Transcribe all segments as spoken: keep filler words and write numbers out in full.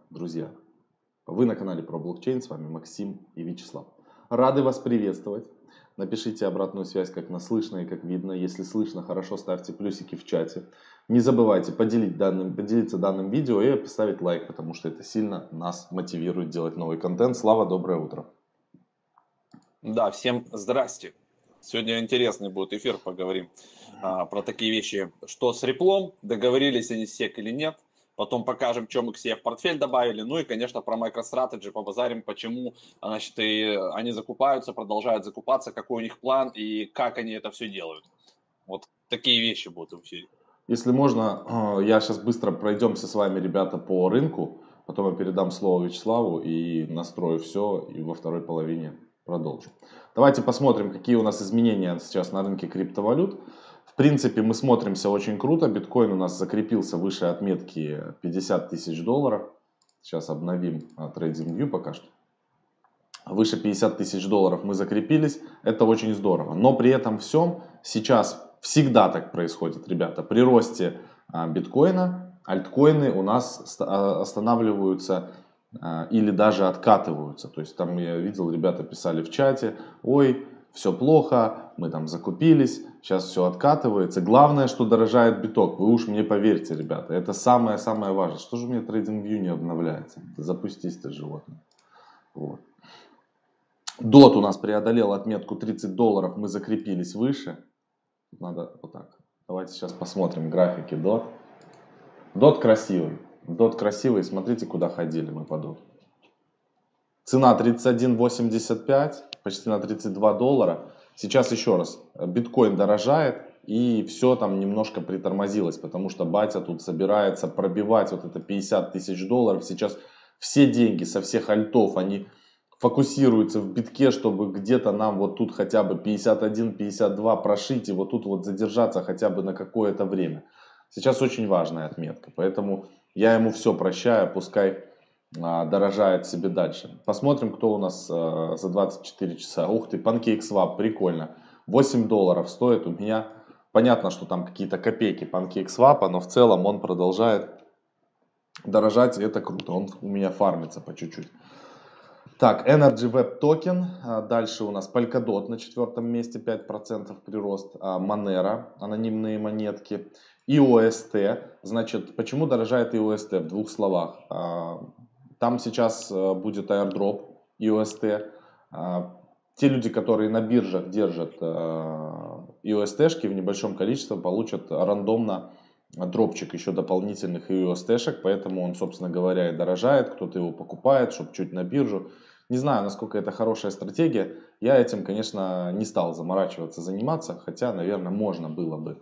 друзья! Вы на канале про блокчейн, с вами Максим и Вячеслав. Рады вас приветствовать. Напишите обратную связь, как нас слышно и как видно. Если слышно хорошо, ставьте плюсики в чате. Не забывайте поделить данным, поделиться данным видео и поставить лайк, потому что это сильно нас мотивирует делать новый контент. Слава, доброе утро. Да, всем здрасте. Сегодня интересный будет эфир, поговорим а, про такие вещи, что с реплом, договорились они с сек или нет. Потом покажем, что мы к себе в портфель добавили. Ну и, конечно, про MicroStrategy побазарим, почему, значит, и они закупаются, продолжают закупаться, какой у них план и как они это все делают. Вот такие вещи будут в эфире. Если можно, я сейчас быстро пройдемся с вами, ребята, по рынку. Потом я передам слово Вячеславу и настрою все, и во второй половине продолжим. Давайте посмотрим, какие у нас изменения сейчас на рынке криптовалют. В принципе, мы смотримся очень круто. Биткоин у нас закрепился выше отметки пятьдесят тысяч долларов. Сейчас обновим TradingView пока что. Выше пятьдесят тысяч долларов мы закрепились. Это очень здорово. Но при этом всем сейчас всегда так происходит, ребята. При росте биткоина альткоины у нас останавливаются или даже откатываются. То есть там я видел, ребята писали в чате: ой, все плохо, мы там закупились, сейчас все откатывается. Главное, что дорожает биток. Вы уж мне поверьте, ребята, это самое-самое важное. Что же у меня TradingView не обновляется? Запустись ты, животное. Вот. дот у нас преодолел отметку тридцать долларов, мы закрепились выше. Надо вот так. Давайте сейчас посмотрим графики дот. дот красивый. дот красивый. Смотрите, куда ходили мы по дот. Цена тридцать один восемьдесят пять, почти на тридцать два доллара. Сейчас еще раз, биткоин дорожает, и все там немножко притормозилось, потому что батя тут собирается пробивать вот это пятьдесят тысяч долларов. Сейчас все деньги со всех альтов, они фокусируются в битке, чтобы где-то нам вот тут хотя бы пятьдесят один пятьдесят два прошить и вот тут вот задержаться хотя бы на какое-то время. Сейчас очень важная отметка, поэтому я ему все прощаю, пускай а, дорожает себе дальше. Посмотрим, кто у нас а, за двадцать четыре часа. Ух ты, PancakeSwap, прикольно. восемь долларов стоит у меня. Понятно, что там какие-то копейки PancakeSwap, но в целом он продолжает дорожать, и это круто. Он у меня фармится по чуть-чуть. Так, Energy Web Token, дальше у нас Polkadot на четвертом месте, пять процентов прирост, Monero, анонимные монетки, и о эс ти, значит, почему дорожает и о эс ти в двух словах, там сейчас будет airdrop и о эс ти, те люди, которые на биржах держат и о эс ти-шки в небольшом количестве, получат рандомно дропчик еще дополнительных и о эс ти-шек, поэтому он, собственно говоря, и дорожает, кто-то его покупает, чтобы чуть на биржу. Не знаю, насколько это хорошая стратегия. Я этим, конечно, не стал заморачиваться, заниматься, хотя, наверное, можно было бы.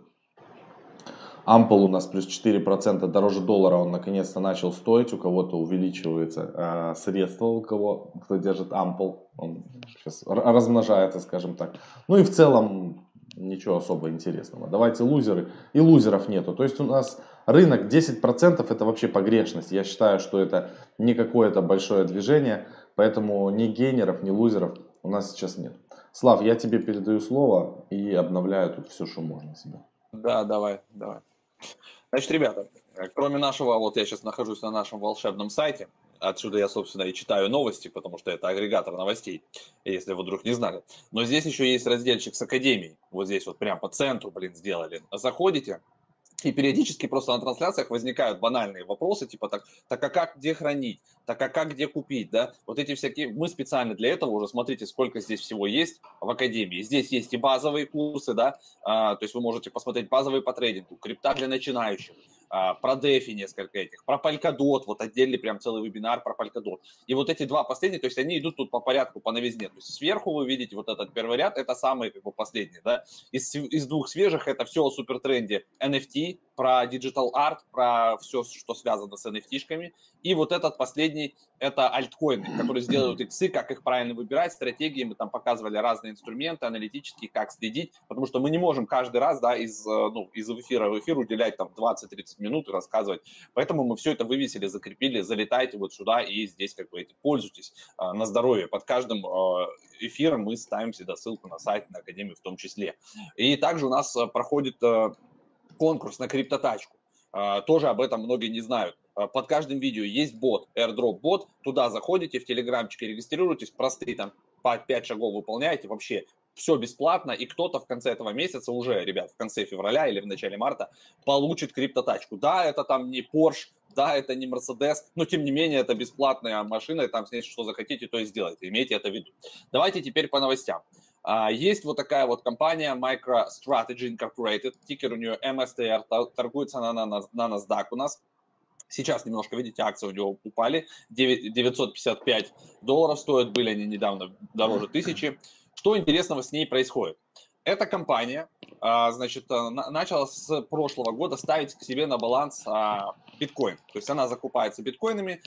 Ампл у нас плюс четыре процента дороже доллара, он наконец-то начал стоить, у кого-то увеличивается э, средства, у кого, кто держит Ампл, он сейчас размножается, скажем так. Ну и в целом ничего особо интересного. Давайте лузеры, и лузеров нету. То есть у нас рынок десять процентов это вообще погрешность. Я считаю, что это не какое-то большое движение, поэтому ни гейнеров, ни лузеров у нас сейчас нет. Слав, я тебе передаю слово и обновляю тут все, что можно себе. Да, давай, давай. Значит, ребята, кроме нашего, вот я сейчас нахожусь на нашем волшебном сайте, отсюда я, собственно, и читаю новости, потому что это агрегатор новостей, если вы вдруг не знали. Но здесь еще есть разделчик с Академией, вот здесь вот прям по центру, блин, сделали. Заходите, и периодически просто на трансляциях возникают банальные вопросы, типа так, так а как где хранить, так а как где купить, да? Вот эти всякие, мы специально для этого уже, смотрите, сколько здесь всего есть в Академии. Здесь есть и базовые курсы, да, а, то есть вы можете посмотреть базовые по трейдингу, крипта для начинающих, а, про дефи несколько этих, про Polkadot, вот отдельный прям целый вебинар про Polkadot. И вот эти два последних, то есть они идут тут по порядку, по новизне. То есть сверху вы видите вот этот первый ряд, это самый как бы последний, да. Из, из двух свежих это все о супертренде эн эф ти, про digital art, про все, что связано с эн эф ти-шками. И вот этот последний, это альткоины, которые сделают иксы, как их правильно выбирать, стратегии. Мы там показывали разные инструменты аналитические, как следить, потому что мы не можем каждый раз, да, из, ну, из эфира в эфир уделять там двадцать-тридцать минут и рассказывать. Поэтому мы все это вывесили, закрепили, залетайте вот сюда и здесь как бы пользуйтесь а, на здоровье. Под каждым а, эфиром мы ставим всегда ссылку на сайт, на Академию в том числе. И также у нас а, проходит а, конкурс на криптотачку. А, тоже об этом многие не знают. под каждым видео есть бот, AirDrop бот, туда заходите, в телеграмчике регистрируетесь, простые там по пять шагов выполняете, вообще все бесплатно, и кто-то в конце этого месяца уже, ребят, в конце февраля или в начале марта получит криптотачку. Да, это там не Porsche, да, это не Mercedes, но тем не менее это бесплатная машина, и там с ней что захотите, то и сделайте, имейте это в виду. Давайте теперь по новостям. Есть вот такая вот компания MicroStrategy Incorporated, тикер у нее эм эс ти ар, торгуется она на, на NASDAQ у нас. Сейчас немножко, видите, акции у него упали, девятьсот пятьдесят пять долларов стоят, были они недавно дороже тысячи. Что интересного с ней происходит? Эта компания, значит, начала с прошлого года ставить к себе на баланс биткоин. То есть она закупается биткоинами.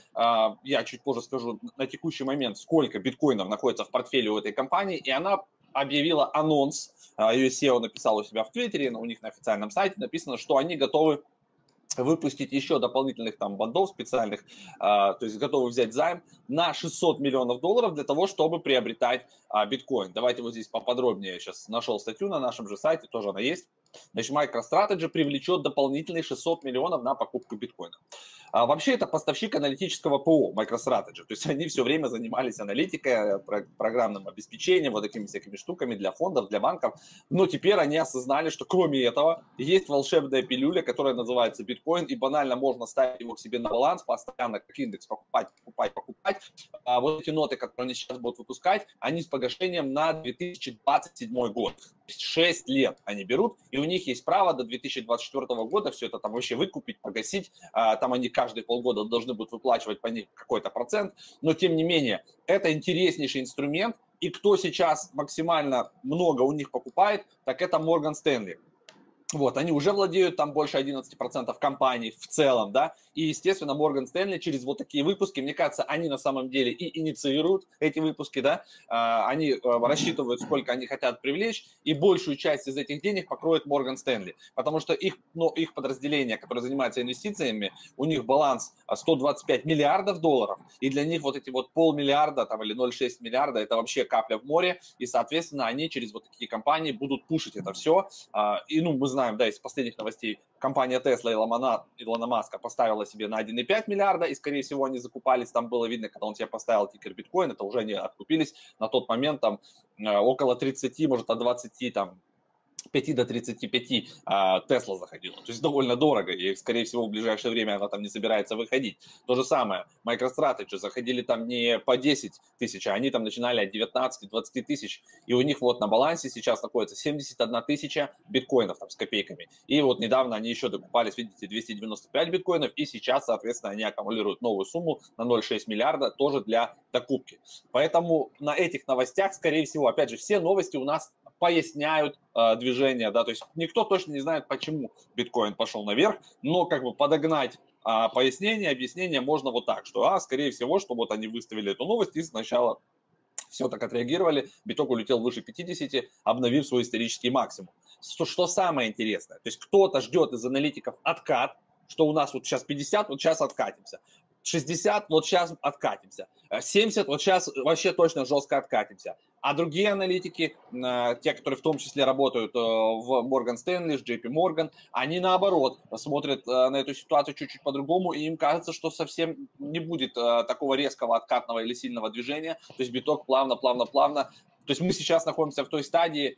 Я чуть позже скажу на текущий момент, сколько биткоинов находится в портфеле у этой компании. И она объявила анонс, ее сео написал у себя в Твиттере, у них на официальном сайте написано, что они готовы выпустить еще дополнительных там бандов специальных, э, то есть готовы взять займ на шестьсот миллионов долларов для того, чтобы приобретать э, биткоин. Давайте вот здесь поподробнее, я сейчас нашел статью на нашем же сайте, тоже она есть. Значит, MicroStrategy привлечет дополнительные шестьсот миллионов на покупку биткоина. А вообще это поставщик аналитического ПО MicroStrategy, то есть они все время занимались аналитикой, программным обеспечением, вот такими всякими штуками для фондов, для банков, но теперь они осознали, что кроме этого есть волшебная пилюля, которая называется биткоин, и банально можно ставить его к себе на баланс, постоянно как индекс покупать, покупать, покупать. А вот эти ноты, которые они сейчас будут выпускать, они с погашением на две тысячи двадцать седьмой год. То есть шесть лет они берут, и у них есть право до две тысячи двадцать четвёртого года все это там вообще выкупить, погасить. Там они каждые полгода должны будут выплачивать по ним какой-то процент, но тем не менее это интереснейший инструмент, и кто сейчас максимально много у них покупает, так это Morgan Stanley. Вот, они уже владеют там больше одиннадцати процентов компаний в целом, да, и, естественно, Morgan Stanley через вот такие выпуски, мне кажется, они на самом деле и инициируют эти выпуски, да, они рассчитывают, сколько они хотят привлечь, и большую часть из этих денег покроет Morgan Stanley, потому что их, ну, их подразделение, которое занимается инвестициями, у них баланс сто двадцать пять миллиардов долларов, и для них вот эти вот полмиллиарда там, или ноль целых шесть десятых миллиарда, это вообще капля в море, и, соответственно, они через вот такие компании будут пушить это все, и, ну, мы знаем, да, из последних новостей, компания Tesla Илона, Илона Маска поставила себе на один целых пять миллиарда, и, скорее всего, они закупались, там было видно, когда он себе поставил тикер биткоин, это уже они откупились, на тот момент там около тридцати, может, от двадцати, там, пяти до тридцати пяти Тесла заходила. То есть довольно дорого, и, скорее всего, в ближайшее время она там не собирается выходить. То же самое, MicroStrategy заходили там не по десять тысяч, а они там начинали от девятнадцати-двадцати тысяч, и у них вот на балансе сейчас находится семьдесят одна тысяча биткоинов там с копейками. И вот недавно они еще докупались, видите, двести девяносто пять биткоинов, и сейчас, соответственно, они аккумулируют новую сумму на ноль целых шесть десятых миллиарда тоже для докупки. Поэтому на этих новостях, скорее всего, опять же, все новости у нас поясняют э, движение, да, то есть никто точно не знает, почему биткоин пошел наверх, но как бы подогнать э, пояснение, объяснение можно вот так, что, а, скорее всего, что вот они выставили эту новость и сначала все так отреагировали, биток улетел выше пятидесяти, обновив свой исторический максимум. Что, что самое интересное, то есть кто-то ждет из аналитиков откат, что у нас вот сейчас пятьдесят, вот сейчас откатимся. шестьдесят, вот сейчас откатимся. семьдесят, вот сейчас вообще точно жестко откатимся. А другие аналитики, те, которые в том числе работают в Morgan Stanley, джей пи Morgan, они наоборот смотрят на эту ситуацию чуть-чуть по-другому, и им кажется, что совсем не будет такого резкого откатного или сильного движения. То есть биток плавно, плавно, плавно. То есть мы сейчас находимся в той стадии,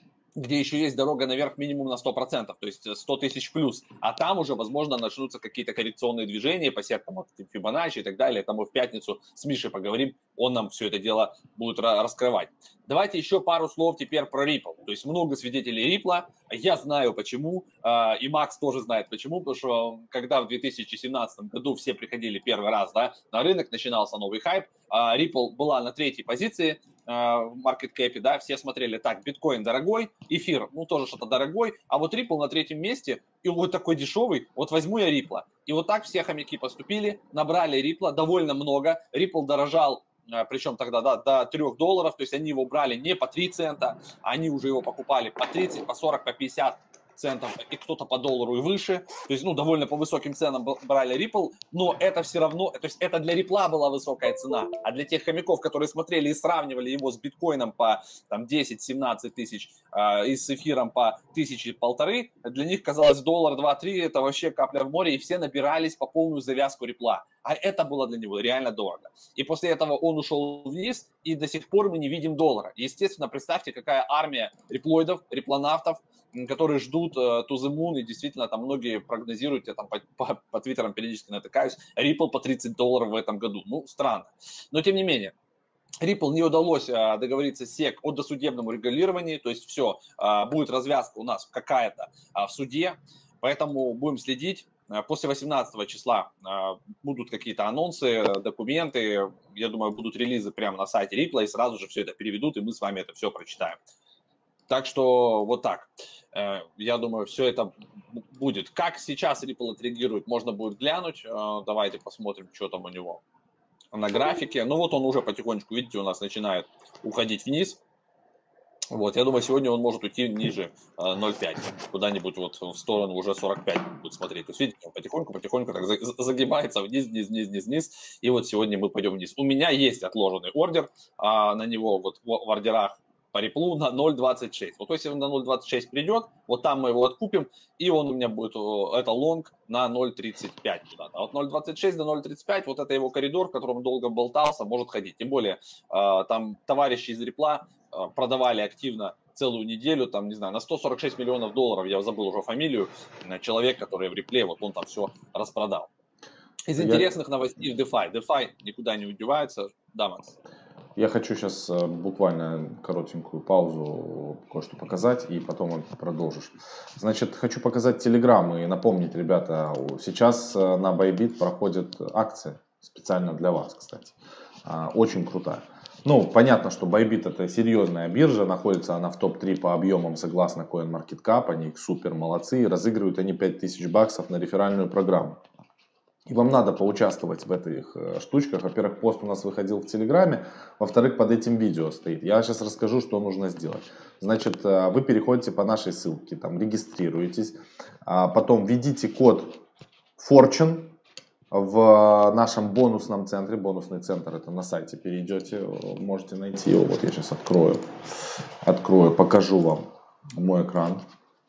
где еще есть дорога наверх минимум на сто процентов, то есть сто тысяч плюс, а там уже, возможно, начнутся какие-то коррекционные движения по сеткам от Фибоначчи и так далее. Там мы в пятницу с Мишей поговорим, он нам все это дело будет раскрывать. Давайте еще пару слов теперь про Ripple. То есть много свидетелей Ripple, я знаю почему, и Макс тоже знает почему, потому что когда в две тысячи семнадцатом году все приходили первый раз, да, на рынок, начинался новый хайп, Ripple была на третьей позиции в маркет-кэпе, да, все смотрели так, биткоин дорогой, эфир, ну, тоже что-то дорогой, а вот Ripple на третьем месте, и вот такой дешевый, вот возьму я Ripple. И вот так все хомяки поступили, набрали Ripple довольно много, Ripple дорожал, причем тогда да, до трёх долларов, то есть они его брали не по три цента, они уже его покупали по тридцать, по сорок, по пятьдесят центов, и кто-то по доллару и выше. То есть, ну, довольно по высоким ценам брали Ripple, но это все равно, то есть это для Ripple была высокая цена, а для тех хомяков, которые смотрели и сравнивали его с биткоином по там десять-семнадцать тысяч э, и с эфиром по тысячи полторы, для них казалось доллар два-три это вообще капля в море, и все набирались по полную завязку Ripple. А это было для него реально дорого. И после этого он ушел вниз, и до сих пор мы не видим доллара. Естественно, представьте, какая армия реплоидов, реплонавтов, которые ждут uh, to the moon, и действительно там многие прогнозируют, я там по, по, по твиттерам периодически натыкаюсь, Ripple по тридцать долларов в этом году. Ну, странно. Но тем не менее, Ripple не удалось uh, договориться с сек о досудебном регулировании, то есть все, uh, будет развязка у нас какая-то uh, в суде, поэтому будем следить. После восемнадцатого числа uh, будут какие-то анонсы, документы, я думаю, будут релизы прямо на сайте Ripple, и сразу же все это переведут, и мы с вами это все прочитаем. Так что вот так. Я думаю, все это будет. Как сейчас Ripple отреагирует, можно будет глянуть. Давайте посмотрим, что там у него на графике. Ну вот он уже потихонечку, видите, у нас начинает уходить вниз. Вот, я думаю, сегодня он может уйти ниже ноль целых пять, куда-нибудь вот в сторону уже сорок пять будет смотреть. То есть, видите, он потихоньку-потихоньку так загибается вниз, вниз, вниз, вниз, вниз. И вот сегодня мы пойдем вниз. У меня есть отложенный ордер а, на него вот в ордерах по Ripple на ноль целых двадцать шесть. Вот если он на ноль целых двадцать шесть придет, вот там мы его откупим, и он у меня будет, это лонг на ноль целых тридцать пять куда-то. А вот ноль целых двадцать шесть до ноль целых тридцать пять, вот это его коридор, в котором он долго болтался, может ходить. Тем более, там товарищи из Ripple продавали активно целую неделю, там, не знаю, на сто сорок шесть миллионов долларов, я забыл уже фамилию, человек, который в Ripple, вот он там все распродал. Из интересных я... новостей в DeFi. DeFi никуда не удевается. Да, Макс? Я хочу сейчас буквально коротенькую паузу кое-что показать, и потом он продолжишь. Значит, хочу показать Telegram и напомнить, ребята, сейчас на Bybit проходит акция, специально для вас, кстати. Очень крутая. Ну, понятно, что Bybit это серьезная биржа, находится она в топ три по объемам согласно CoinMarketCap, они супер молодцы, и разыгрывают они пять тысяч баксов на реферальную программу. И вам надо поучаствовать в этих штучках. Во-первых, пост у нас выходил в Телеграме, во-вторых, под этим видео стоит. Я сейчас расскажу, что нужно сделать. Значит, вы переходите по нашей ссылке, там регистрируетесь, потом введите код Fortune в нашем бонусном центре. Бонусный центр это на сайте перейдете, можете найти его. Вот я сейчас открою, открою, покажу вам мой экран.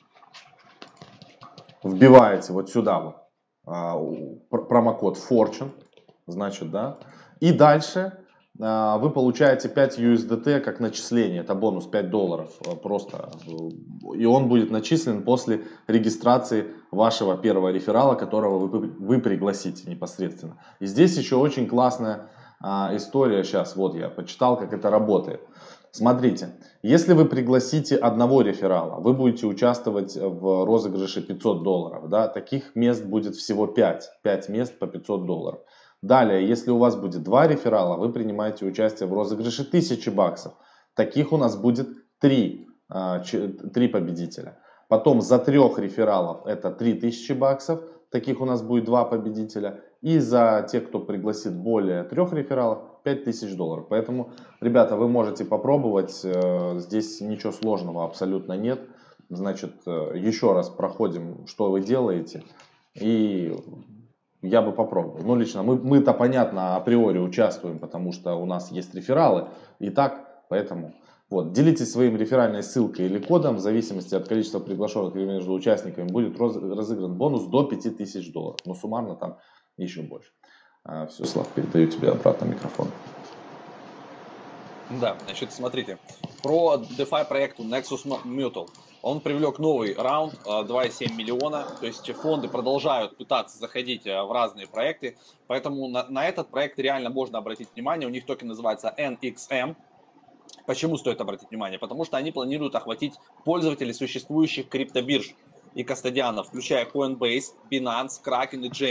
Вбиваете вот сюда вот промокод Fortune, значит, да, и дальше а, вы получаете пять ю эс ди ти как начисление, это бонус пять долларов просто, и он будет начислен после регистрации вашего первого реферала, которого вы, вы пригласите непосредственно. И здесь еще очень классная а, история, сейчас вот я почитал, как это работает. Смотрите, если вы пригласите одного реферала, вы будете участвовать в розыгрыше пятьсот долларов. Да? Таких мест будет всего пять. пять мест по пятьсот долларов. Далее, если у вас будет два реферала, вы принимаете участие в розыгрыше тысячи баксов. Таких у нас будет три, три победителя. Потом за трех рефералов это три тысячи баксов. Таких у нас будет два победителя. И за тех, кто пригласит более трех рефералов, пять тысяч долларов. Поэтому, ребята, вы можете попробовать. Здесь ничего сложного абсолютно нет. Значит, еще раз проходим, что вы делаете. И я бы попробовал. Ну, лично мы, мы-то, понятно, априори участвуем, потому что у нас есть рефералы. И так, поэтому... Вот, делитесь своим реферальной ссылкой или кодом, в зависимости от количества приглашенных между участниками будет разыгран бонус до пяти тысяч долларов. Но суммарно там еще больше. А, все, Слав, передаю тебе обратно микрофон. Да, значит, смотрите, про DeFi проекту Nexus Mutual. Он привлек новый раунд, два целых семь миллиона, то есть фонды продолжают пытаться заходить в разные проекты, поэтому на, на этот проект реально можно обратить внимание, у них токен называется эн икс эм. Почему стоит обратить внимание? Потому что они планируют охватить пользователей существующих криптобирж и кастодианов, включая Coinbase, Binance, Kraken и Gemini.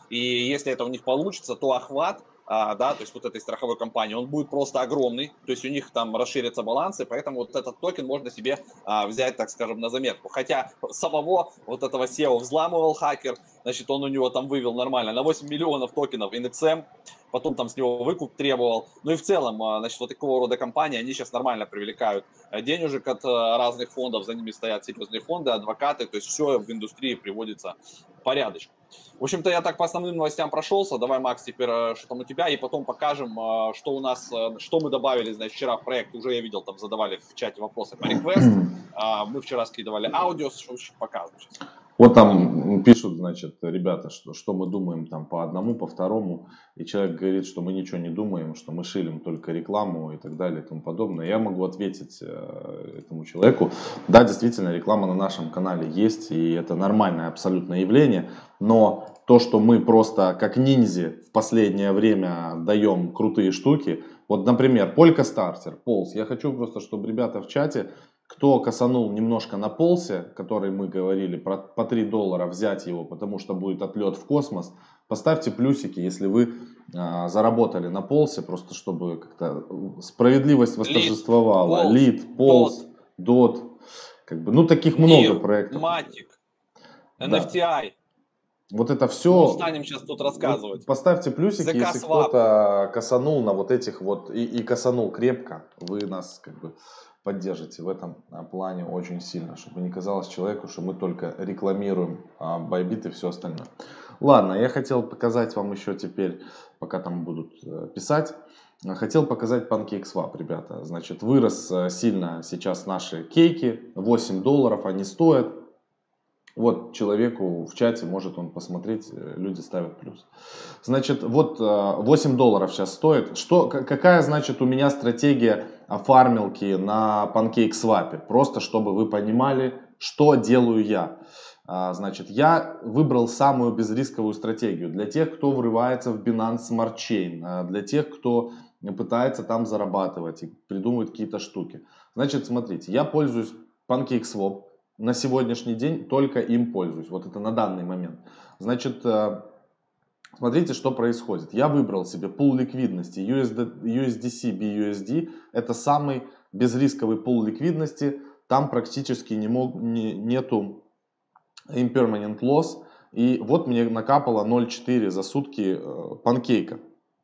И если это у них получится, то охват, а, да, то есть вот этой страховой компании, он будет просто огромный, то есть у них там расширятся балансы, поэтому вот этот токен можно себе а, взять, так скажем, на заметку. Хотя самого вот этого сео взламывал хакер, значит, он у него там вывел нормально на восемь миллионов токенов эн икс эм, потом там с него выкуп требовал. Ну и в целом, значит, вот такого рода компании, они сейчас нормально привлекают денежек от разных фондов, за ними стоят серьезные фонды, адвокаты, то есть все в индустрии приводится порядочно. В общем-то, я так по основным новостям прошелся. Давай, Макс, теперь что там у тебя, и потом покажем, что у нас, что мы добавили, значит, вчера в проект. Уже я видел, там задавали в чате вопросы по реквест. Мы вчера скидывали аудио, что показываю сейчас. Вот там пишут, значит, ребята, что, что мы думаем там по одному, по второму, и человек говорит, что мы ничего не думаем, что мы шилим только рекламу и так далее и тому подобное. Я могу ответить э, этому человеку, да, действительно, реклама на нашем канале есть, и это нормальное абсолютно явление, но то, что мы просто как ниндзя в последнее время даем крутые штуки, вот, например, Polka Starter, Полз, я хочу просто, чтобы ребята в чате, кто косанул немножко на полсе, который мы говорили, про, по три доллара взять его, потому что будет отлет в космос, поставьте плюсики, если вы а, заработали на полсе, просто чтобы как-то справедливость восторжествовала. Лид, полз, дот, как бы, ну таких много Нир, проектов. Матик, эн эф ти ай. Да. Вот это все. Мы устанем сейчас тут рассказывать. Вот поставьте плюсики, зэ ка если кто-то косанул на вот этих вот, и, и косанул крепко, вы нас как бы поддержите в этом плане очень сильно, чтобы не казалось человеку, что мы только рекламируем а, Bybit и все остальное. Ладно, я хотел показать вам еще теперь, пока там будут писать, хотел показать PancakeSwap, ребята. Значит, вырос сильно сейчас наши кейки, восемь долларов они стоят. Вот человеку в чате, может он посмотреть, люди ставят плюс. Значит, вот восемь долларов сейчас стоит. Что, какая, значит, у меня стратегия фармилки на PancakeSwap? Просто чтобы вы понимали, что делаю я. Значит, я выбрал самую безрисковую стратегию для тех, кто врывается в Binance Smart Chain, для тех, кто пытается там зарабатывать и придумывает какие-то штуки. Значит, смотрите, я пользуюсь PancakeSwap. На сегодняшний день только им пользуюсь. Вот это на данный момент. Значит, смотрите, что происходит. Я выбрал себе пул ликвидности ю эс ди си би ю эс ди. Это самый безрисковый пул ликвидности. Там практически не мог, не, нету impermanent loss. И вот мне накапало ноль целых четыре за сутки панкейка.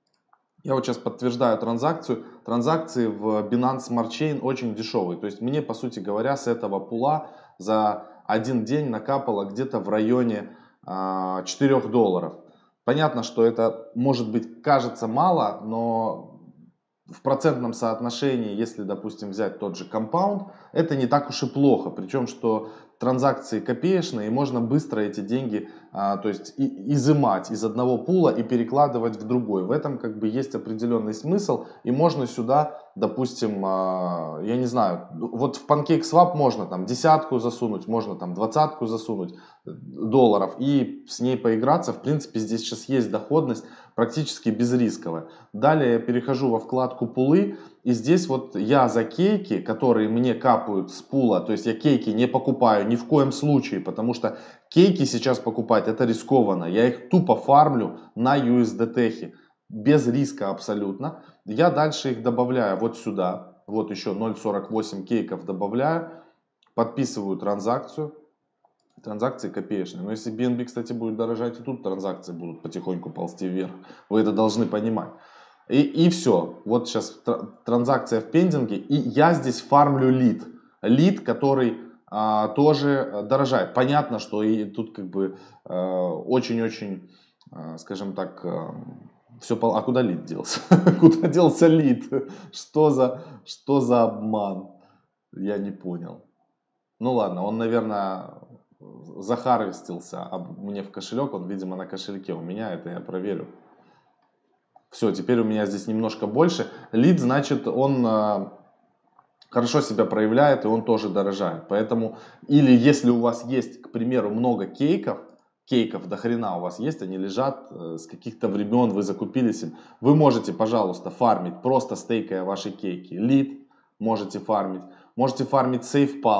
Я вот сейчас подтверждаю транзакцию. Транзакции в Binance Smart Chain очень дешевые. То есть мне, по сути говоря, с этого пула за один день накапало где-то в районе э, четырёх долларов. Понятно, что это может быть кажется мало, но в процентном соотношении, если, допустим, взять тот же компаунд, это не так уж и плохо. Причем, что транзакции копеечные, и можно быстро эти деньги, а, то есть и, изымать из одного пула и перекладывать в другой. В этом как бы есть определенный смысл, и можно сюда, допустим, а, я не знаю, вот в PancakeSwap можно там десятку засунуть, можно там двадцатку засунуть долларов и с ней поиграться. В принципе, здесь сейчас есть доходность практически безрисковая. Далее я перехожу во вкладку пулы. И здесь вот я за кейки, которые мне капают с пула, то есть я кейки не покупаю ни в коем случае, потому что кейки сейчас покупать это рискованно. Я их тупо фармлю на ю эс ди ти, без риска абсолютно. Я дальше их добавляю вот сюда, вот еще ноль целых сорок восемь кейков добавляю, подписываю транзакцию. Транзакции копеечные. Но если би эн би, кстати, будет дорожать, и тут транзакции будут потихоньку ползти вверх. Вы это должны понимать. И, и все. Вот сейчас транзакция в пендинге. И я здесь фармлю лид. Лид, который а, тоже дорожает. Понятно, что и тут как бы очень-очень, а, скажем так, а, все... А куда лид делся? Куда делся лид? Что за, что за обман? Я не понял. Ну ладно, он, наверное, захарвестился мне в кошелек. Он, видимо, на кошельке у меня. Это я проверю. Все, теперь у меня здесь немножко больше. Лид, значит, он э, хорошо себя проявляет, и он тоже дорожает. Поэтому, или если у вас есть, к примеру, много кейков, кейков до хрена у вас есть, они лежат э, с каких-то времен, вы закупились им, вы можете, пожалуйста, фармить, просто стейкая ваши кейки. Лид можете фармить, можете фармить SafePal.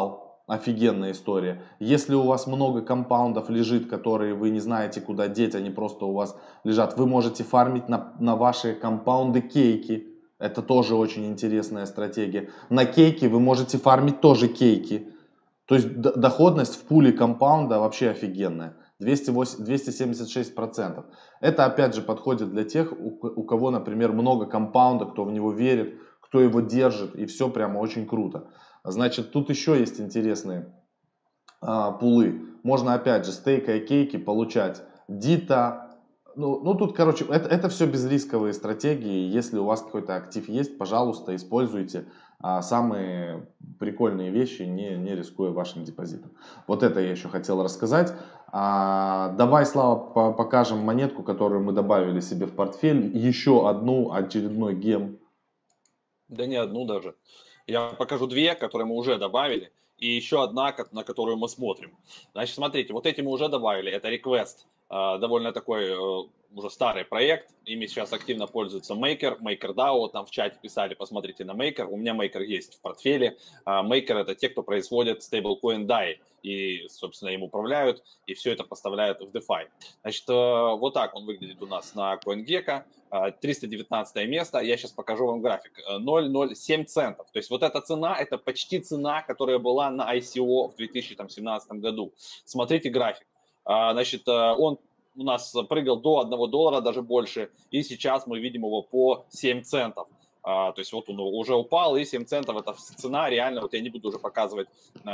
Офигенная история. Если у вас много компаундов лежит, которые вы не знаете куда деть, они просто у вас лежат, вы можете фармить на, на ваши компаунды кейки. Это тоже очень интересная стратегия. На кейки вы можете фармить тоже кейки. То есть д- доходность в пуле компаунда вообще офигенная. двести восемь, двести семьдесят шесть процентов. Это опять же подходит для тех, у, к- у кого, например, много компаунда, кто в него верит, кто его держит, и все прямо очень круто. Значит, тут еще есть интересные а, пулы. Можно опять же стейкая кейки получать дита. Ну, ну тут, короче, это, это все безрисковые стратегии. Если у вас какой-то актив есть, пожалуйста, используйте а, самые прикольные вещи, не, не рискуя вашим депозитом. Вот это я еще хотел рассказать. А, давай, Слава, по- покажем монетку, которую мы добавили себе в портфель. Еще одну, очередной гем. Да не одну даже. Я покажу две, которые мы уже добавили, и еще одна, ко- на которую мы смотрим. Значит, смотрите, вот эти мы уже добавили, это Request, э, довольно такой э, уже старый проект, ими сейчас активно пользуется Maker, MakerDAO, там в чате писали, посмотрите на Maker, у меня Maker есть в портфеле, а Maker это те, кто производит стейблкоин дай, и, собственно, им управляют, и все это поставляют в DeFi. Значит, э, вот так он выглядит у нас на CoinGecko. триста девятнадцатое место, я сейчас покажу вам график, ноль целых ноль семь центов. То есть вот эта цена, это почти цена, которая была на ай си о в две тысячи семнадцатом году. Смотрите график. Значит, он у нас прыгал до одного доллара, даже больше, и сейчас мы видим его по семь центов. То есть вот он уже упал, и семь центов это цена реально, вот я не буду уже показывать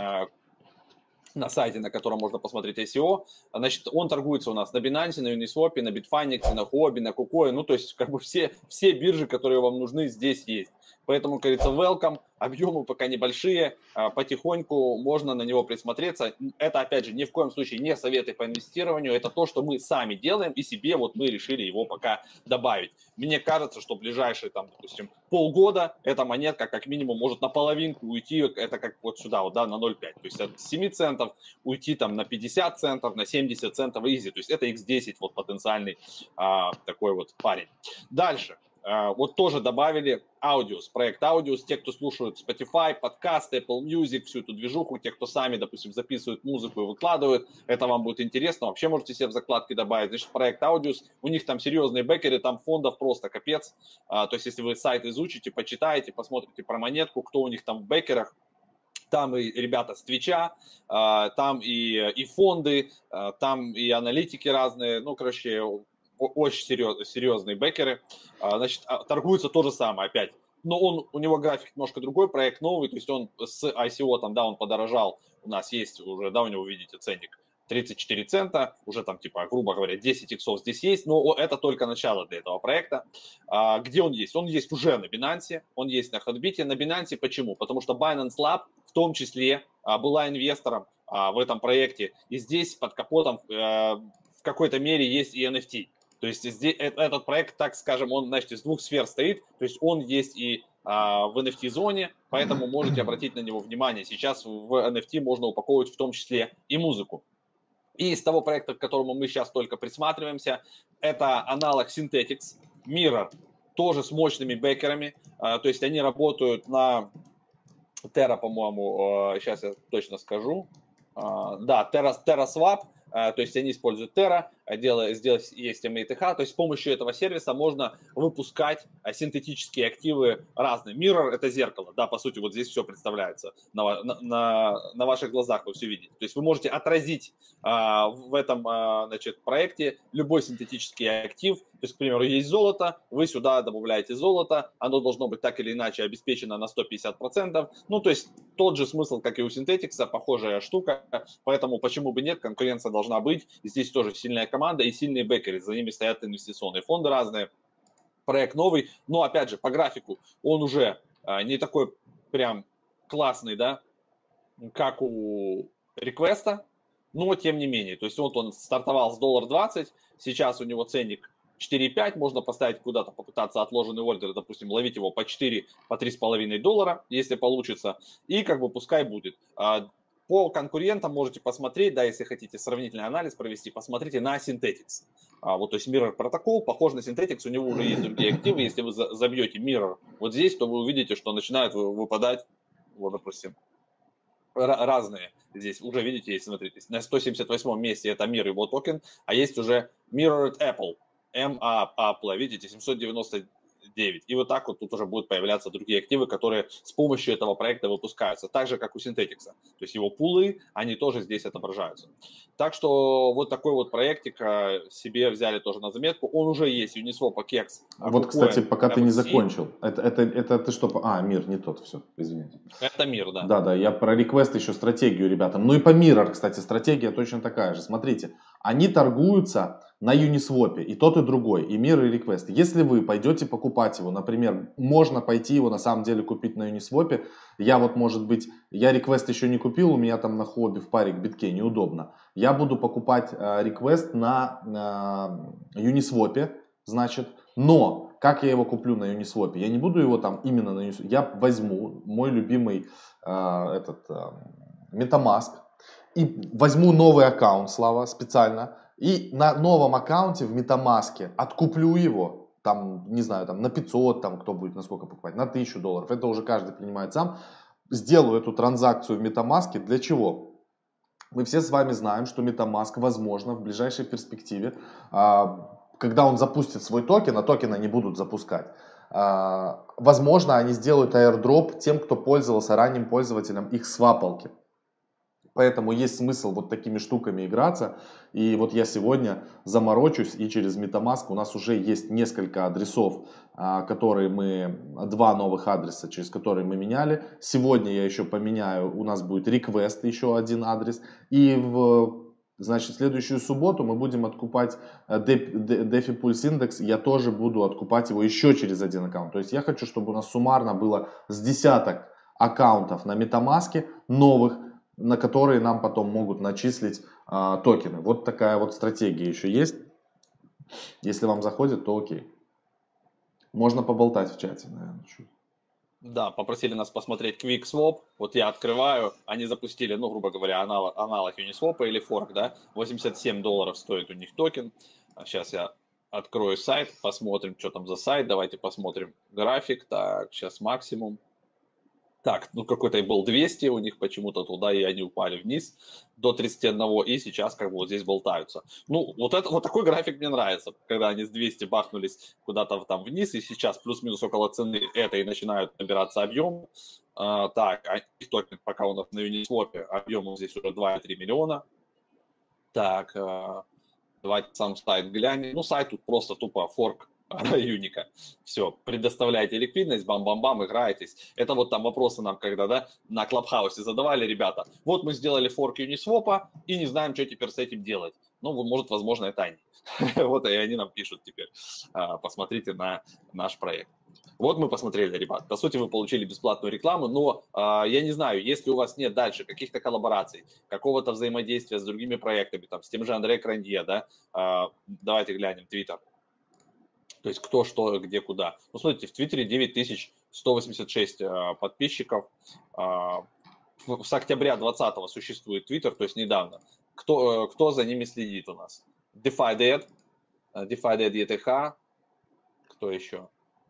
на сайте, на котором можно посмотреть ай си о, значит, он торгуется у нас на Binance, на Uniswap, на Bitfinex, на Huobi, на KuCoin, ну, то есть, как бы все, все биржи, которые вам нужны, здесь есть. Поэтому, как говорится, welcome, объемы пока небольшие, потихоньку можно на него присмотреться. Это, опять же, ни в коем случае не советы по инвестированию, это то, что мы сами делаем, и себе вот мы решили его пока добавить. Мне кажется, что в ближайшие, там, допустим, полгода эта монетка как минимум может на половинку уйти, это как вот сюда, вот, да, на ноль целых пять. То есть от семи центов уйти там на пятьдесят центов, на семьдесят центов изи. То есть это икс десять вот потенциальный а, такой вот парень. Дальше. Вот тоже добавили Audius, проект Audius, те, кто слушают Spotify, подкасты, Apple Music, всю эту движуху, те, кто сами, допустим, записывают музыку и выкладывают, это вам будет интересно, вообще можете себе в закладки добавить. Значит, проект Audius, у них там серьезные бэкеры, там фондов просто капец, то есть если вы сайт изучите, почитаете, посмотрите про монетку, кто у них там в бэкерах, там и ребята с Твича, там и, и фонды, там и аналитики разные, ну, короче, очень серьез, серьезные бэкеры. Значит, торгуется то же самое опять. Но он, у него график немножко другой, проект новый, то есть он с ай си о, там, да, он подорожал, у нас есть уже, да, у него, видите, ценник тридцать четыре цента, уже там, типа, грубо говоря, десять иксов здесь есть, но это только начало для этого проекта. А, где он есть? Он есть уже на Binance, он есть на Hotbit. На Binance почему? Потому что Binance Lab в том числе а, была инвестором а, в этом проекте, и здесь под капотом а, в какой-то мере есть и эн эф ти. То есть здесь, этот проект, так скажем, он, значит, из двух сфер стоит, то есть он есть и а, в эн эф ти-зоне, поэтому можете обратить на него внимание. Сейчас в эн эф ти можно упаковывать в том числе и музыку. И из того проекта, к которому мы сейчас только присматриваемся, это аналог Synthetix, Mirror, тоже с мощными бэкерами, то есть они работают на Terra, по-моему, сейчас я точно скажу, да, Terra, TerraSwap, то есть они используют Terra, делая, сделать есть эм эй ти эйч, то есть с помощью этого сервиса можно выпускать синтетические активы разные. Mirror — это зеркало, да, по сути, вот здесь все представляется, на, на, на ваших глазах вы все видите. То есть вы можете отразить а, в этом а, значит, проекте любой синтетический актив, то есть, к примеру, есть золото, вы сюда добавляете золото, оно должно быть так или иначе обеспечено на сто пятьдесят процентов, ну, то есть тот же смысл, как и у Synthetix, похожая штука, поэтому почему бы нет, конкуренция должна быть, и здесь тоже сильная команда и сильные бэкеры, за ними стоят инвестиционные фонды разные, проект новый, но опять же по графику он уже а, не такой прям классный, да, как у Request, но тем не менее, то есть вот он стартовал с доллар двадцать, сейчас у него ценник четыре пять, можно поставить куда-то, попытаться отложенный ордер, допустим, ловить его по четыре, по три с половиной доллара, если получится, и как бы пускай будет. По конкурентам можете посмотреть, да, если хотите сравнительный анализ провести, посмотрите на Synthetix. А, вот, то есть Mirror протокол, похож на Synthetix, у него уже есть другие активы. Если вы забьете Mirror вот здесь, то вы увидите, что начинают выпадать, вот, допустим, разные. Здесь уже видите, если смотрите, на сто семьдесят восьмом месте это мир, его токен, а есть уже Mirrored Apple, эм а Apple, видите, семьсот девяносто девять. И вот так вот тут уже будут появляться другие активы, которые с помощью этого проекта выпускаются, так же, как у Synthetix. То есть его пулы, они тоже здесь отображаются. Так что вот такой вот проектик себе взяли тоже на заметку. Он уже есть, Uniswap, Kex. Вот, кстати, пока ты не закончил, это, это, это ты что? А, мир, не тот, все, извините. Это мир, да. Да, да, я про реквест еще стратегию ребятам. Ну и по Mirror, кстати, стратегия точно такая же. Смотрите, они торгуются на Uniswap, и тот, и другой, и Mirror, и реквест. Если вы пойдете покупать его, например, можно пойти его на самом деле купить на Uniswap. Я вот, может быть, я реквест еще не купил, у меня там на хобби в паре к битке неудобно. Я буду покупать реквест на, на Uniswap, значит, но как я его куплю на Uniswap? Я не буду его там именно на Uniswap. Я возьму мой любимый э, этот э, MetaMask и возьму новый аккаунт, Слава, специально. И на новом аккаунте в MetaMask откуплю его, там, не знаю, там на пятьсот, там кто будет на сколько покупать, на тысячу долларов. Это уже каждый принимает сам. Сделаю эту транзакцию в MetaMask. Для чего? Мы все с вами знаем, что MetaMask, возможно, в ближайшей перспективе, когда он запустит свой токен, а токены не будут запускать, возможно, они сделают airdrop тем, кто пользовался ранним пользователям их свапалки. Поэтому есть смысл вот такими штуками играться. И вот я сегодня заморочусь, и через MetaMask у нас уже есть несколько адресов, которые мы, два новых адреса, через которые мы меняли. Сегодня я еще поменяю, у нас будет Request, еще один адрес. И в, значит, следующую субботу мы будем откупать DeFi Pulse Index. Я тоже буду откупать его еще через один аккаунт. То есть я хочу, чтобы у нас суммарно было с десяток аккаунтов на MetaMask новых, на которые нам потом могут начислить а, токены. Вот такая вот стратегия еще есть. Если вам заходит, то окей. Можно поболтать в чате, наверное, чуть. Да, попросили нас посмотреть QuickSwap. Вот я открываю, они запустили, ну, грубо говоря, аналог, аналог Uniswap или форк, да, восемьдесят семь долларов стоит у них токен. Сейчас я открою сайт, посмотрим, что там за сайт. Давайте посмотрим график. Так, сейчас максимум. Так, ну какой-то был двести, у них почему-то туда, и они упали вниз до тридцати одного, и сейчас как бы вот здесь болтаются. Ну, вот, это, вот такой график мне нравится, когда они с двухсот бахнулись куда-то там вниз, и сейчас плюс-минус около цены этой начинают набираться объем. А, так, а их токен пока у нас на Uniswap, объем здесь уже два и три миллиона. Так, а, давайте сам сайт глянем. Ну, сайт тут просто тупо форк Юника. Все, предоставляете ликвидность, бам-бам-бам, играетесь. Это вот там вопросы нам когда, да, на Клабхаусе задавали ребята. Вот мы сделали форк Uniswap и не знаем, что теперь с этим делать. Ну, может, возможно, это они. Вот и они нам пишут теперь. Посмотрите на наш проект. Вот мы посмотрели, ребят. По сути, вы получили бесплатную рекламу, но э, я не знаю, если у вас нет дальше каких-то коллабораций, какого-то взаимодействия с другими проектами, там, с тем же Андре Кранье, да, э, давайте глянем Твиттер. То есть кто, что, где, куда. Ну, смотрите, в Твиттере девять тысяч сто восемьдесят шесть э, подписчиков. Э, с октября двадцатого существует Твиттер, то есть недавно. Кто, э, кто за ними следит у нас? DeFi Dead, DeFi Dead и и ти эйч. Кто еще?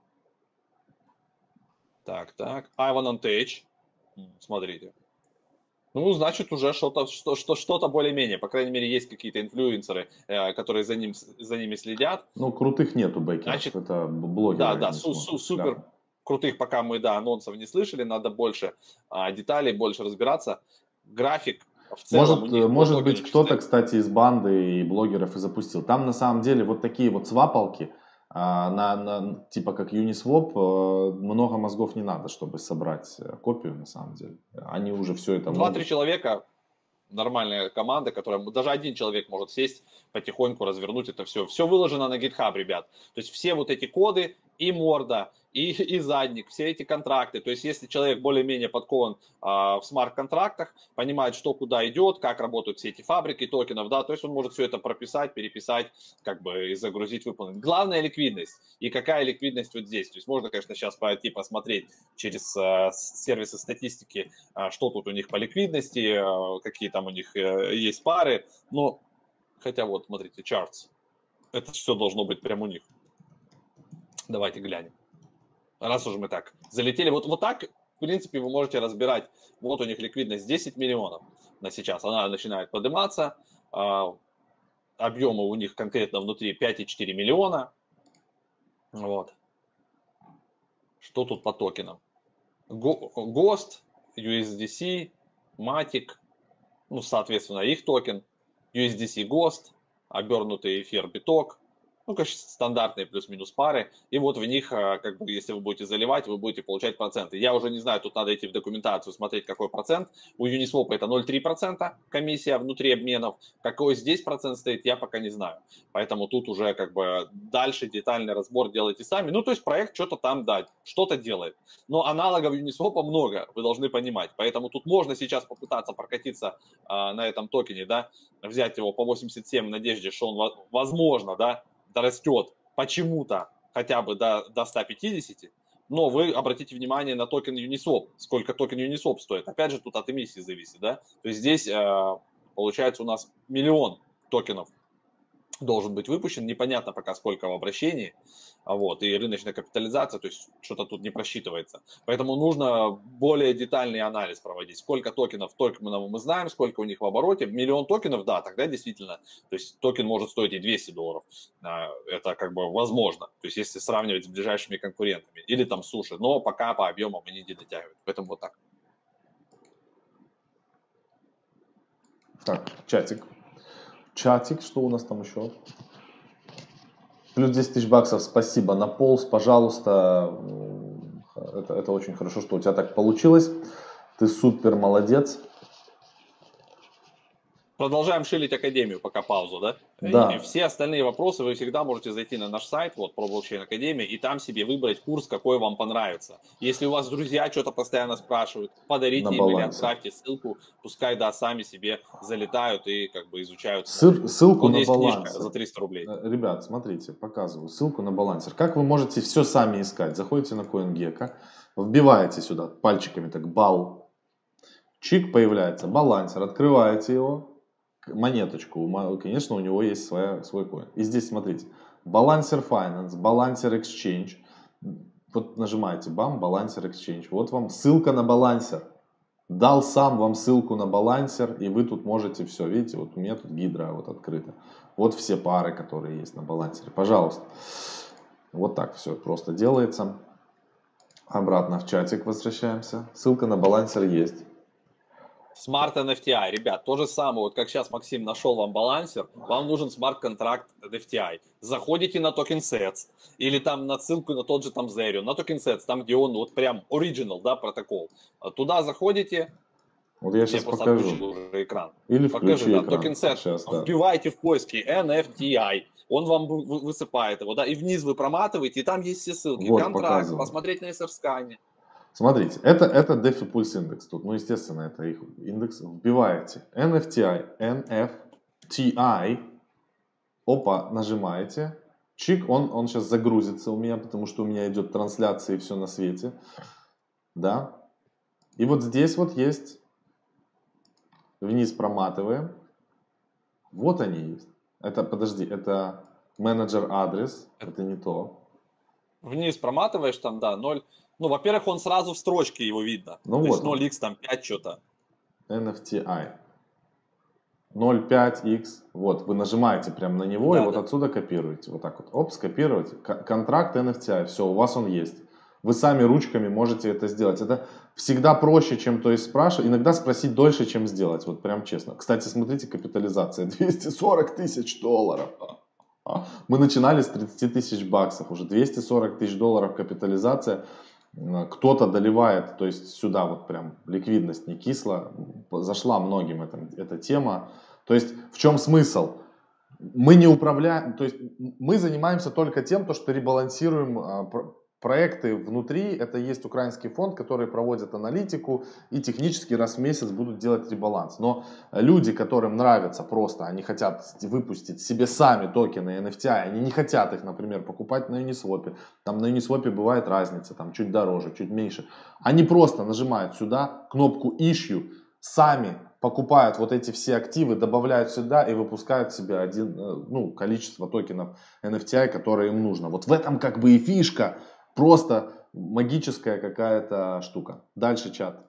Так, так. Ivan on Tage. Смотрите. Ну, значит, уже что-то, что, что, что-то более-менее. По крайней мере, есть какие-то инфлюенсеры, э, которые за, ним, за ними следят. Ну, крутых нету бэкеров, значит, это блогеры. Да, да, су- су- супер да. Крутых пока мы, да, анонсов не слышали. Надо больше а, деталей, больше разбираться. График в целом Может, у них может быть, кто-то, кстати, из банды и блогеров и запустил. Там, на самом деле, вот такие вот свапалки, а, на, на, типа как Uniswap, много мозгов не надо, чтобы собрать копию, на самом деле. Они уже все это Два-три человека, нормальная команда, которая, даже один человек может сесть, потихоньку развернуть это все. Все выложено на GitHub, ребят. То есть все вот эти коды, и морда, и, и задник, все эти контракты. То есть если человек более-менее подкован а, в смарт-контрактах, понимает, что куда идет, как работают все эти фабрики токенов, да, то есть он может все это прописать, переписать, как бы и загрузить, выполнить. Главная ликвидность. И какая ликвидность вот здесь. То есть можно, конечно, сейчас пойти посмотреть через а, сервисы статистики, а, что тут у них по ликвидности, а, какие там у них а, есть пары. Но, хотя вот, смотрите, charts. Это все должно быть прямо у них. Давайте глянем. Раз уже мы так залетели. Вот, вот так в принципе, вы можете разбирать, вот у них ликвидность десять миллионов на сейчас, она начинает подниматься, а, объемы у них конкретно внутри пять и четыре миллиона. Вот. Что тут по токенам? гост, ю эс ди си, Matic, ну, соответственно, их токен, ю эс ди си гост, обернутый эфир биток, ну, конечно, стандартные плюс-минус пары, и вот в них, как бы, если вы будете заливать, вы будете получать проценты. Я уже не знаю, тут надо идти в документацию, смотреть, какой процент. У Uniswap это ноль целых три десятых процента комиссия внутри обменов. Какой здесь процент стоит, я пока не знаю. Поэтому тут уже, как бы, дальше детальный разбор делайте сами. Ну, то есть проект что-то там дать, что-то делает. Но аналогов Uniswap много, вы должны понимать. Поэтому тут можно сейчас попытаться прокатиться а, на этом токене, да, взять его по восемьдесят семь в надежде, что он, возможно, да, дорастет почему-то хотя бы до, до ста пятидесяти, но вы обратите внимание на токен Uniswap, сколько токен Uniswap стоит. Опять же, тут от эмиссии зависит, да. То есть здесь э, получается у нас миллион токенов должен быть выпущен, непонятно пока сколько в обращении, вот, и рыночная капитализация, то есть что-то тут не просчитывается. Поэтому нужно более детальный анализ проводить. Сколько токенов токенов мы знаем, сколько у них в обороте. Миллион токенов, да, тогда действительно, то есть токен может стоить и двести долларов. Это как бы возможно, то есть если сравнивать с ближайшими конкурентами или там суши, но пока по объемам они не дотягивают. Поэтому вот так. Так, чатик. Чатик, что у нас там еще? Плюс десять тысяч баксов, спасибо. Наполз, пожалуйста. Это, это очень хорошо, что у тебя так получилось. Ты супер молодец. Продолжаем шилить Академию, пока паузу, да? Да. И все остальные вопросы вы всегда можете зайти на наш сайт, вот, про блокчейн Академия, и там себе выбрать курс, какой вам понравится. Если у вас друзья что-то постоянно спрашивают, подарите им или отправьте ссылку, пускай, да, сами себе залетают и как бы изучают. Ссыл, ссылку вот на есть балансер. книжка за триста рублей. Ребят, смотрите, показываю ссылку на балансер. Как вы можете все сами искать? Заходите на CoinGecko, вбиваете сюда пальчиками так бал, чик, появляется балансер, открываете его, монеточку, конечно, у него есть своя, свой коин. И здесь смотрите, балансер Finance, балансер Exchange, вот нажимаете, бам, балансер Exchange, вот вам ссылка на балансер. Дал сам вам ссылку на балансер, и вы тут можете все, видите, вот у меня тут гидра вот открыта. Вот все пары, которые есть на балансере, пожалуйста. Вот так все просто делается. Обратно в чатик возвращаемся. Ссылка на балансер есть. Smart эн эф ти ай, ребят, то же самое, вот как сейчас Максим нашел вам балансер, вам нужен смарт-контракт эн эф ти ай. Заходите на TokenSets или там на ссылку на тот же там Zerion, на TokenSets, там где он вот прям original, да, протокол. Туда заходите. Вот я сейчас я просто покажу. Уже экран. Или Покажи, включи да, экран. TokenSets, Сейчас, да. вбивайте в поиске эн эф ти ай. Он вам высыпает его, да, и вниз вы проматываете, и там есть все ссылки. Вот, контракт, показываю. посмотреть на эс эр-скане. Смотрите, это, это DeFi Pulse индекс. Тут, ну, естественно, это их индекс. Вбиваете эн эф ти ай, эн эф ти ай. Опа, нажимаете. Чик, он, он сейчас загрузится у меня, потому что у меня идет трансляция и все на свете. Да. И вот здесь вот есть. Вниз проматываем. Вот они есть. Это, подожди, это менеджер адрес. Это не то. Вниз проматываешь там, да, ноль. Ну, во-первых, он сразу в строчке его видно. Ну, То вот есть ноль икс там пять что-то. эн эф ти ай. ноль пять икс. Вот, вы нажимаете прямо на него, да, и вот да. отсюда копируете. Вот так вот. Оп, скопировать. Контракт эн эф ти ай. Все, у вас он есть. Вы сами ручками можете это сделать. Это всегда проще, чем то есть спрашивать. Иногда спросить дольше, чем сделать. Вот прям честно. Кстати, смотрите, капитализация. двести сорок тысяч долларов. Мы начинали с тридцати тысяч баксов. Уже двести сорок тысяч долларов капитализация. Кто-то доливает, то есть сюда вот прям ликвидность не кисла. Зашла многим эта, эта тема. То есть в чем смысл? Мы не управляем, то есть мы занимаемся только тем, то, что ребалансируем проекты внутри. Это есть украинский фонд, который проводит аналитику и технически раз в месяц будут делать ребаланс. Но люди, которым нравится просто, они хотят выпустить себе сами токены эн эф ти ай, они не хотят их, например, покупать на Uniswap. Там на Uniswap бывает разница, там чуть дороже, чуть меньше. Они просто нажимают сюда кнопку Issue, сами покупают вот эти все активы, добавляют сюда и выпускают себе один, ну, количество токенов эн эф ти ай, которое им нужно. Вот в этом как бы и фишка. Просто магическая какая-то штука. Дальше чат.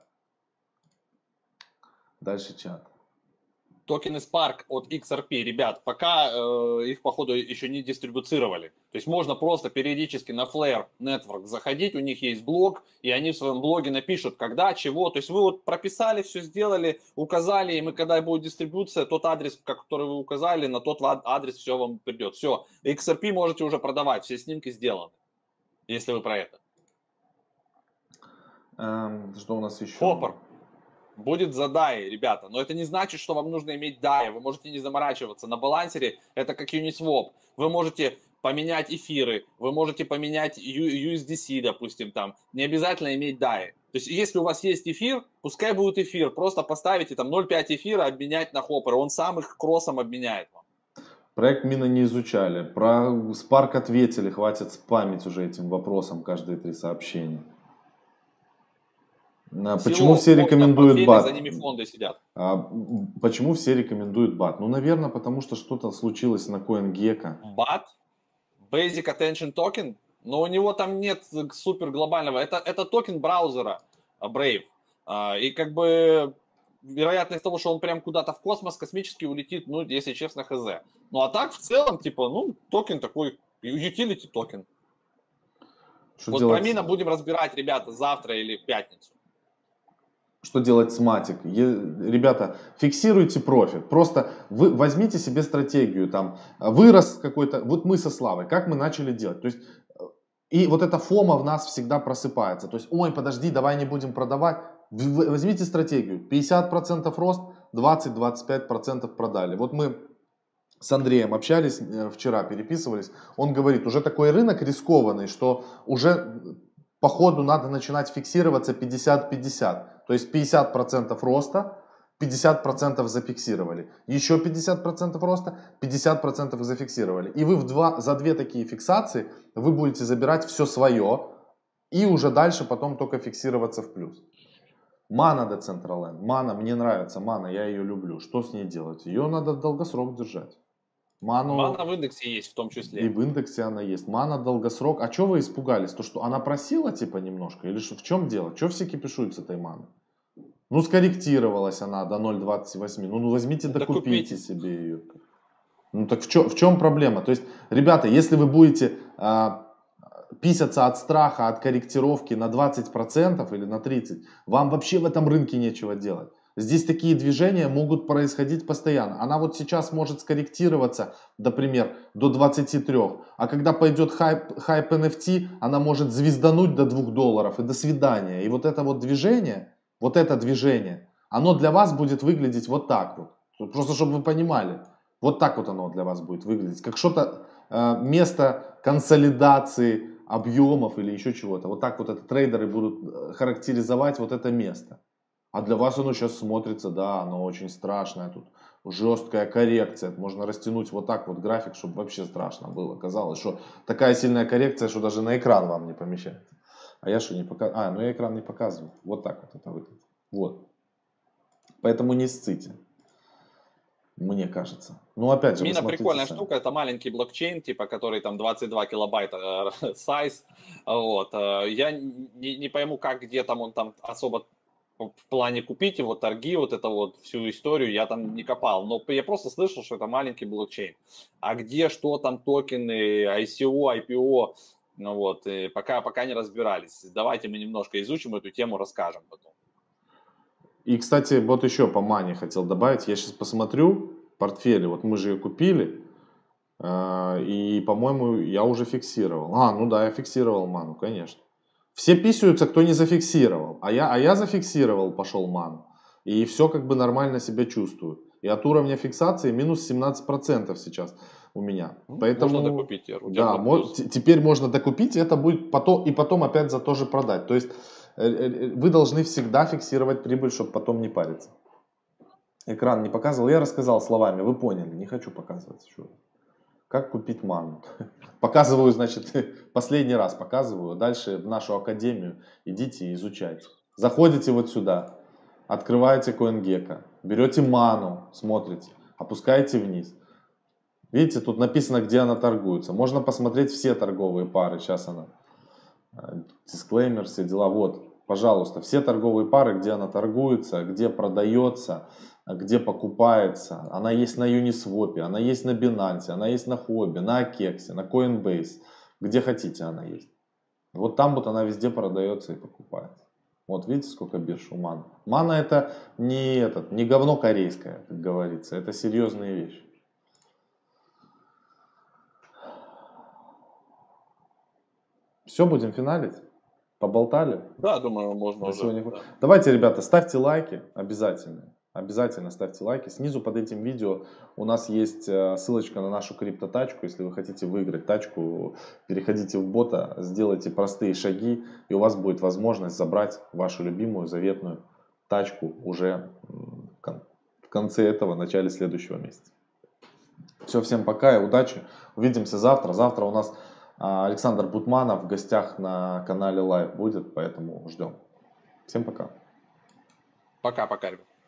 Дальше чат. Токены Spark от икс ар пи, ребят, пока э, их, походу, еще не дистрибуцировали. То есть можно просто периодически на Flare Network заходить, у них есть блог, и они в своем блоге напишут, когда, чего. То есть вы вот прописали, все сделали, указали, и мы, когда будет дистрибуция, тот адрес, который вы указали, на тот адрес все вам придет. Все, икс ар пи можете уже продавать, все снимки сделаны, если вы про это. Эм, что у нас еще? Хоппер. Будет за дай, ребята. Но это не значит, что вам нужно иметь дай. Вы можете не заморачиваться. На балансере это как Uniswap. Вы можете поменять эфиры, вы можете поменять ю эс ди си, допустим, там. Не обязательно иметь дай. То есть, если у вас есть эфир, пускай будет эфир. Просто поставите там ноль целых пять эфира, обменять на хоппер. Он сам их кроссом обменяет вам. Проект Мина не изучали. Про Spark ответили. Хватит спамить уже этим вопросом каждые три сообщения. Почему все рекомендуют бат? За ними фонды сидят. А, почему все рекомендуют бат? Ну, наверное, потому что что-то случилось на CoinGecko. Бат? Basic Attention Token? Но у него там нет супер глобального. Это, это токен браузера Brave. И как бы вероятность того, что он прям куда-то в космос космический улетит, ну, если честно, хз. Ну, а так в целом, типа, ну, токен такой, utility токен. Что вот делать? Про Мина будем разбирать, ребята, завтра или в пятницу. Что делать с Матик? Ребята, фиксируйте профит. Просто вы возьмите себе стратегию. Там вырос какой-то. Вот мы со Славой, как мы начали делать. То есть, и вот эта фома в нас всегда просыпается. То есть, ой, подожди, давай не будем продавать. Возьмите стратегию. пятьдесят процентов рост, двадцать-двадцать пять процентов продали. Вот мы с Андреем общались вчера, переписывались. Он говорит, уже такой рынок рискованный, что уже по ходу надо начинать фиксироваться пятьдесят-пятьдесят. То есть пятьдесят процентов роста, пятьдесят процентов зафиксировали. Еще пятьдесят процентов роста, пятьдесят процентов зафиксировали. И вы в два, за две такие фиксации вы будете забирать все свое. И уже дальше потом только фиксироваться в плюс. Мана Decentraland. Мана, мне нравится Мана, я ее люблю. Что с ней делать? Ее надо долгосрок держать. Ману... Мана в индексе есть в том числе. И в индексе она есть. Мана долгосрок. А что вы испугались? То, что она просила типа немножко? Или что, в чем дело? Что все кипишуют с этой маной? Ну, скорректировалась она до ноль целых двадцать восемь. Ну, ну возьмите, докупите, докупите себе ее. Ну, так в чем, в чем проблема? То есть, ребята, если вы будете а, писаться от страха, от корректировки на двадцать процентов или на тридцать процентов, вам вообще в этом рынке нечего делать. Здесь такие движения могут происходить постоянно. Она вот сейчас может скорректироваться, например, до двадцати трёх. А когда пойдет хайп, хайп эн эф ти, она может звездануть до двух долларов и до свидания. И вот это вот движение, вот это движение, оно для вас будет выглядеть вот так вот. Просто чтобы вы понимали. Вот так вот оно для вас будет выглядеть. Как что-то э, место консолидации объемов или еще чего-то. Вот так вот это трейдеры будут характеризовать вот это место. А для вас оно сейчас смотрится, да, оно очень страшное. Тут жесткая коррекция. Можно растянуть вот так вот график, чтобы вообще страшно было. Казалось, что такая сильная коррекция, что даже на экран вам не помещается. А я что, не показываю? А, ну я экран не показываю. Вот так вот это выглядит. Вот. Поэтому не ссыте. Мне кажется. Ну, опять же, Мина прикольная сами. штука, это маленький блокчейн, типа, который там двадцать два килобайта сайз. Вот. Я не, не пойму, как, где там он там особо в плане купить его, торги, вот это вот всю историю я там не копал. Но я просто слышал, что это маленький блокчейн. А где, что там, токены, ай си о, ай пи о, ну вот, и пока, пока не разбирались. Давайте мы немножко изучим эту тему, расскажем потом. И, кстати, вот еще по мане хотел добавить. Я сейчас посмотрю портфели. Вот мы же ее купили. И, по-моему, я уже фиксировал. А, ну да, я фиксировал ману, конечно. Все писаются, кто не зафиксировал. А я, а я зафиксировал, пошел ману. И все как бы нормально себя чувствую. И от уровня фиксации минус семнадцать процентов сейчас у меня. Поэтому, можно докупить. Да, мо- теперь можно докупить. И это будет потом, и потом опять за то же продать. То есть вы должны всегда фиксировать прибыль, чтобы потом не париться. Экран не показывал. Я рассказал словами. Вы поняли. Не хочу показывать. Что? Как купить ману? Показываю, значит, последний раз показываю. Дальше в нашу академию идите и изучайте. Заходите вот сюда. Открываете CoinGecko. Берете ману. Смотрите. Опускаете вниз. Видите, тут написано, где она торгуется. Можно посмотреть все торговые пары. Сейчас она дисклеймер, все дела. Вот, пожалуйста, все торговые пары, где она торгуется, где продается, где покупается. Она есть на Uniswap, она есть на Binance, она есть на Huobi, на Akex, на Coinbase. Где хотите она есть. Вот там вот она везде продается и покупается. Вот видите, сколько бирж у Мана. Мана это не, этот, не говно корейское, как говорится. Это серьезные вещи. Все, будем финалить? Поболтали? Да, думаю, можно На уже. сегодня... Да. Давайте, ребята, ставьте лайки обязательно. Обязательно ставьте лайки. Снизу под этим видео у нас есть ссылочка на нашу криптотачку. Если вы хотите выиграть тачку, переходите в бота, сделайте простые шаги, и у вас будет возможность забрать вашу любимую заветную тачку уже в конце этого, начале следующего месяца. Все, всем пока и удачи. Увидимся завтра. Завтра у нас Александр Бутманов в гостях на канале Live будет, поэтому ждем. Всем пока. Пока-пока, ребят.